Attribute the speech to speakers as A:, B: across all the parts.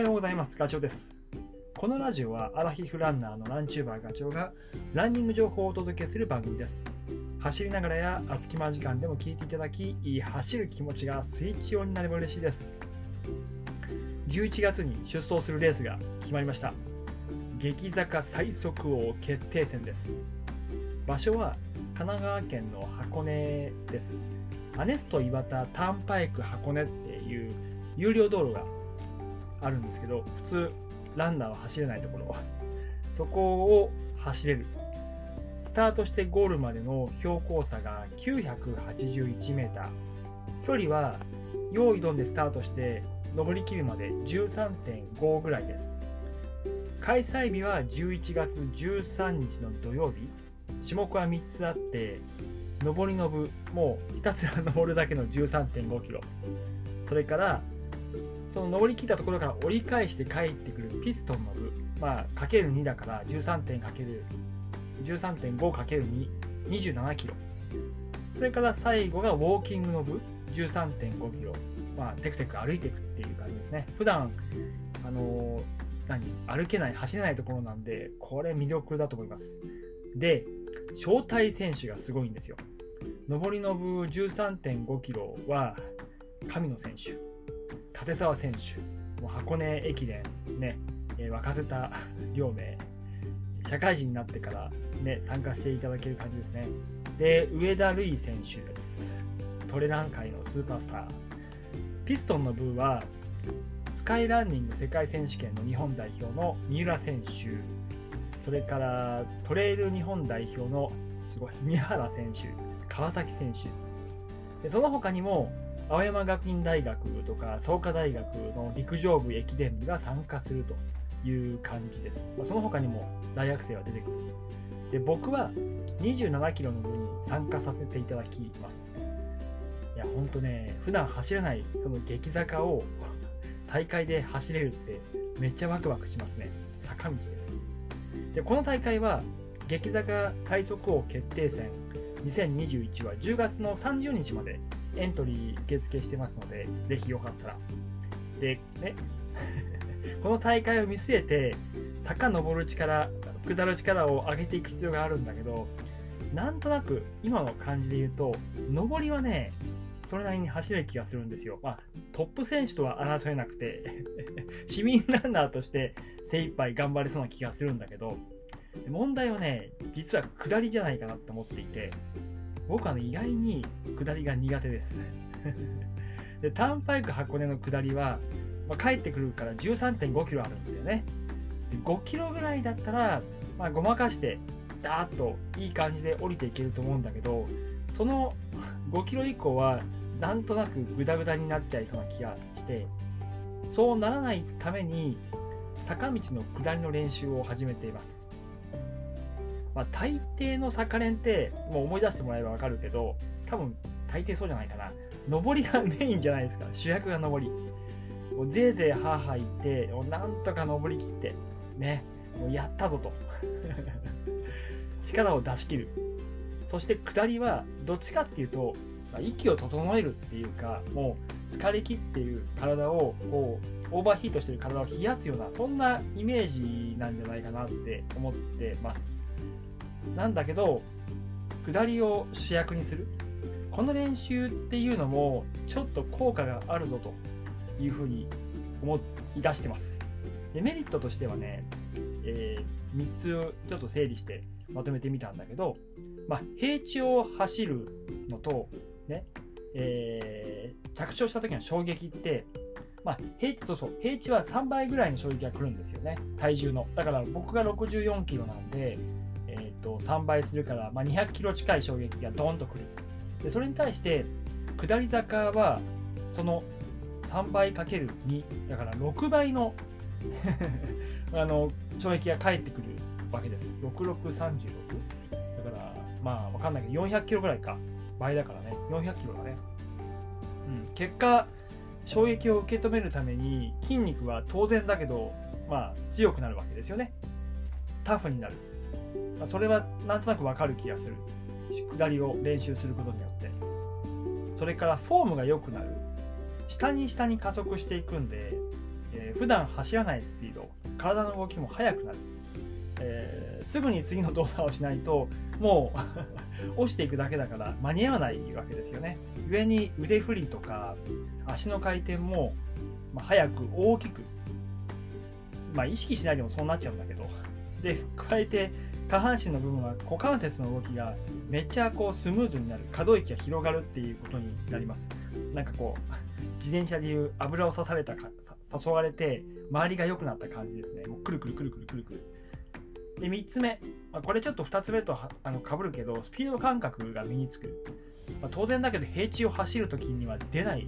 A: ようございます。ガチョウです。このラジオはアラヒフランナーのランチューバーガチョウがランニング情報をお届けする番組です。走りながらや隙間時間でも聞いていただき、走る気持ちがスイッチオンになれば嬉しいです。11月に出走するレースが決まりました。激坂最速王決定戦です。場所は神奈川県の箱根です。アネスト岩田ターンパイク箱根っていう有料道路があるんですけど、普通ランナーは走れないところ、そこを走れる。スタートしてゴールまでの標高差が981メーター。距離は用意ドンでスタートして登りきるまで 13.5 ぐらいです。開催日は11月13日の土曜日。種目は3つあって、上りの部、もうひたすら登るだけの 13.5 キロ。それからその登り切ったところから折り返して帰ってくるピストンの部、かける2だから 13.5×2、27キロ。それから最後がウォーキングの部、13.5キロ。テクテク歩いていくっていう感じですね。普段歩けない、走れないところなんで、これ魅力だと思います。で、招待選手がすごいんですよ。上りの部 13.5 キロは神野選手、立沢選手、もう箱根駅伝ね、沸かせた両名、社会人になってからね参加していただける感じですね。で、上田瑠衣選手です。トレラン界のスーパースター。ピストンの部はスカイランニング世界選手権の日本代表の三浦選手、それからトレイル日本代表の宮原選手、川崎選手で、その他にも青山学院大学とか創価大学の陸上部駅伝部が参加するという感じです。その他にも大学生は出てくる。で、僕は27キロの部に参加させていただきます。いや、ほんとね、普段走れないその激坂を大会で走れるってめっちゃワクワクしますね。坂道です。で、この大会は激坂最速王決定戦2021は10月の30日までエントリー受付してますので、ぜひよかったら。でねこの大会を見据えて坂登る力、下る力を上げていく必要があるんだけど、なんとなく今の感じで言うと上りはねそれなりに走れる気がするんですよ。トップ選手とは争えなくて市民ランナーとして精一杯頑張れそうな気がするんだけど、問題はね、実は下りじゃないかなと思っていて、僕は意外に下りが苦手ですで、ターンパイク箱根の下りは、帰ってくるから 13.5 キロあるんだよね。で、5キロぐらいだったら、ごまかしてダーッといい感じで降りていけると思うんだけど、その5キロ以降はなんとなくグダグダになっちゃいそうな気がして、そうならないために坂道の下りの練習を始めています。大抵の坂練ってもう思い出してもらえば分かるけど、多分大抵そうじゃないかな。上りがメインじゃないですか。主役が上り。もうぜいぜいハーハー言って、なんとか上り切ってね、もうやったぞと力を出し切る。そして下りはどっちかっていうと、息を整えるっていうか、もう疲れ切っている体をオーバーヒートしている体を冷やすような、そんなイメージなんじゃないかなって思ってます。なんだけど、下りを主役にするこの練習っていうのもちょっと効果があるぞというふうに思い出してます。で、メリットとしてはね、3つちょっと整理してまとめてみたんだけど、平地を走るのとね、着地をした時の衝撃って、平地は3倍ぐらいの衝撃が来るんですよね、体重の。だから僕が64キロなんで、3倍するから、200キロ近い衝撃がドーンとくる。で、それに対して下り坂はその3倍 ×2 だから6倍の衝撃が返ってくるわけです。6636だから分かんないけど400キロぐらいか、倍だからね、400キロだね。結果衝撃を受け止めるために筋肉は当然だけど強くなるわけですよね。タフになる。それはなんとなく分かる気がする。下りを練習することによって。それからフォームが良くなる。下に加速していくんで、 普段走らないスピード、体の動きも速くなる、すぐに次の動作をしないともう落ちていくだけだから間に合わないわけですよね。上に腕振りとか足の回転も、速く大きく、意識しないでもそうなっちゃうんだけど、で加えて下半身の部分は股関節の動きがめっちゃスムーズになる、可動域が広がるっていうことになります。なんか自転車でいう油を誘われて周りが良くなった感じですね。もうくるくるくるくるくるくる。で3つ目、これちょっと2つ目とかぶるけど、スピード感覚が身につく。当然だけど平地を走るときには出ない、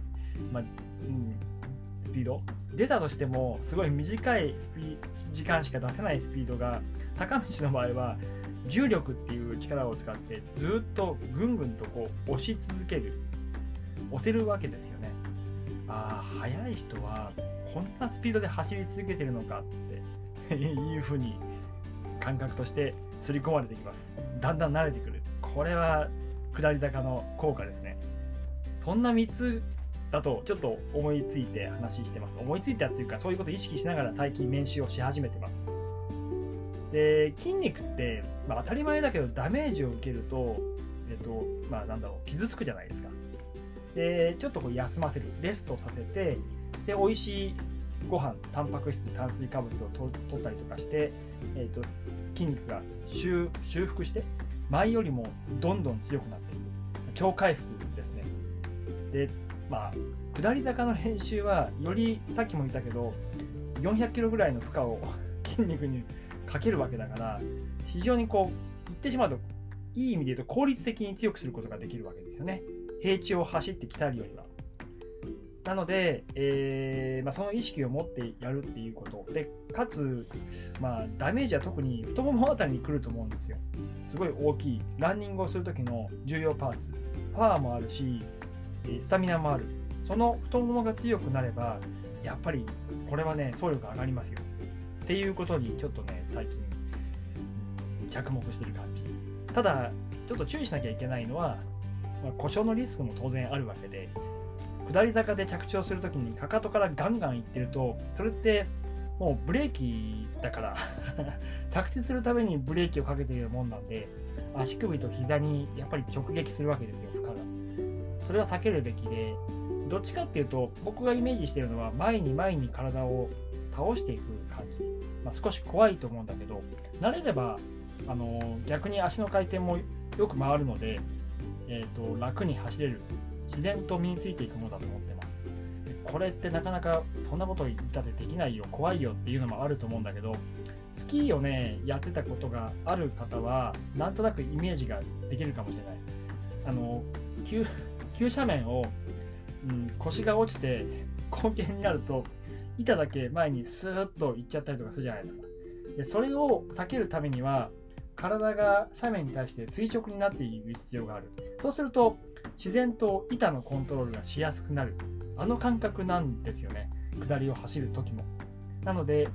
A: スピード出たとしてもすごい短い時間しか出せないスピードが、坂道の場合は重力っていう力を使ってずっとぐんぐんと押し続ける、押せるわけですよね。速い人はこんなスピードで走り続けてるのかっていうふうに感覚として刷り込まれてきます。だんだん慣れてくる。これは下り坂の効果ですね。そんな3つだとちょっと思いついて話してます。思いついたっていうか、そういうことを意識しながら最近練習をし始めてます。で、筋肉って、当たり前だけどダメージを受けると、傷つくじゃないですか。で、ちょっと休ませる、レストさせて、で、美味しいご飯、タンパク質、炭水化物を取ったりとかして、筋肉が修復して前よりもどんどん強くなっていく、超回復ですね。で、下り坂の練習はより、さっきも言ったけど400キロぐらいの負荷を筋肉にかけるわけだから、非常に言ってしまうといい意味で言うと効率的に強くすることができるわけですよね。平地を走って鍛えるよりは。なので、その意識を持ってやるっていうことで、かつ、ダメージは特に太ももあたりに来ると思うんですよ。すごい大きいランニングをする時の重要パーツ、パワーもあるしスタミナもある。その太ももが強くなればやっぱりこれはね、走力上がりますよっていうことにちょっとね、最近着目してる感じ。ただちょっと注意しなきゃいけないのは、故障のリスクも当然あるわけで、下り坂で着地をするときにかかとからガンガンいってると、それってもうブレーキだから着地するためにブレーキをかけているもんなんで、足首と膝にやっぱり直撃するわけですよ、負荷が。それは避けるべきで、どっちかっていうと僕がイメージしているのは前に前に体を倒していく感じ、少し怖いと思うんだけど、慣れれば逆に足の回転もよく回るので、楽に走れる、自然と身についていくものだと思っています。これってなかなかそんなこと言ったってできないよ、怖いよっていうのもあると思うんだけど、スキーをねやってたことがある方はなんとなくイメージができるかもしれない。急斜面を、腰が落ちて後傾になると板だけ前にスーッといっちゃったりとかするじゃないですか。でそれを避けるためには体が斜面に対して垂直になっている必要がある。そうすると自然と板のコントロールがしやすくなる、感覚なんですよね、下りを走る時も。なので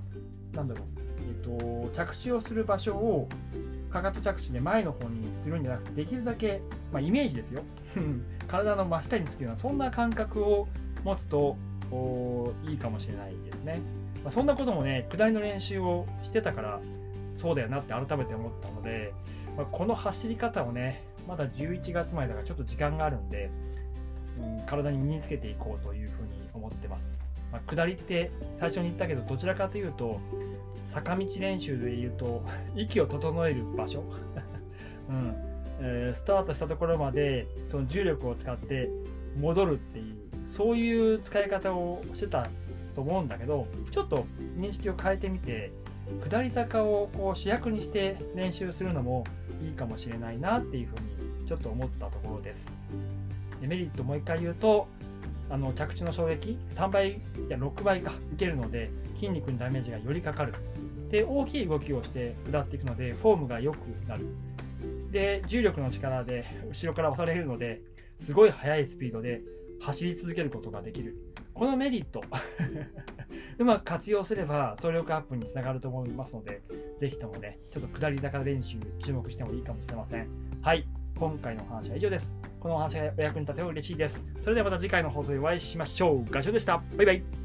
A: 着地をする場所をかかと着地で前の方にするんじゃなくて、できるだけ、イメージですよ体の真下につくような、そんな感覚を持つといいかもしれないですね。そんなこともね、下りの練習をしてたからそうだよなって改めて思ったので、この走り方をね、まだ11月前だからちょっと時間があるんで、体に身につけていこうというふうに思ってます。下りって最初に言ったけど、どちらかというと坂道練習でいうと息を整える場所、スタートしたところまでその重力を使って戻るっていう、そういう使い方をしてたと思うんだけど、ちょっと認識を変えてみて、下り坂を主役にして練習するのもいいかもしれないなっていうふうにちょっと思ったところです。でメリットもう一回言うと、着地の衝撃3倍いや6倍か受けるので、筋肉にダメージがよりかかる。で大きい動きをして下っていくのでフォームが良くなる。で重力の力で後ろから押されるので、すごい速いスピードで走り続けることができる。このメリットうまく活用すれば走力アップにつながると思いますので、ぜひともね、ちょっと下り坂練習注目してもいいかもしれません。はい、今回のお話は以上です。このお話がお役に立てば嬉しいです。それではまた次回の放送でお会いしましょう。ガチョウでした。バイバイ。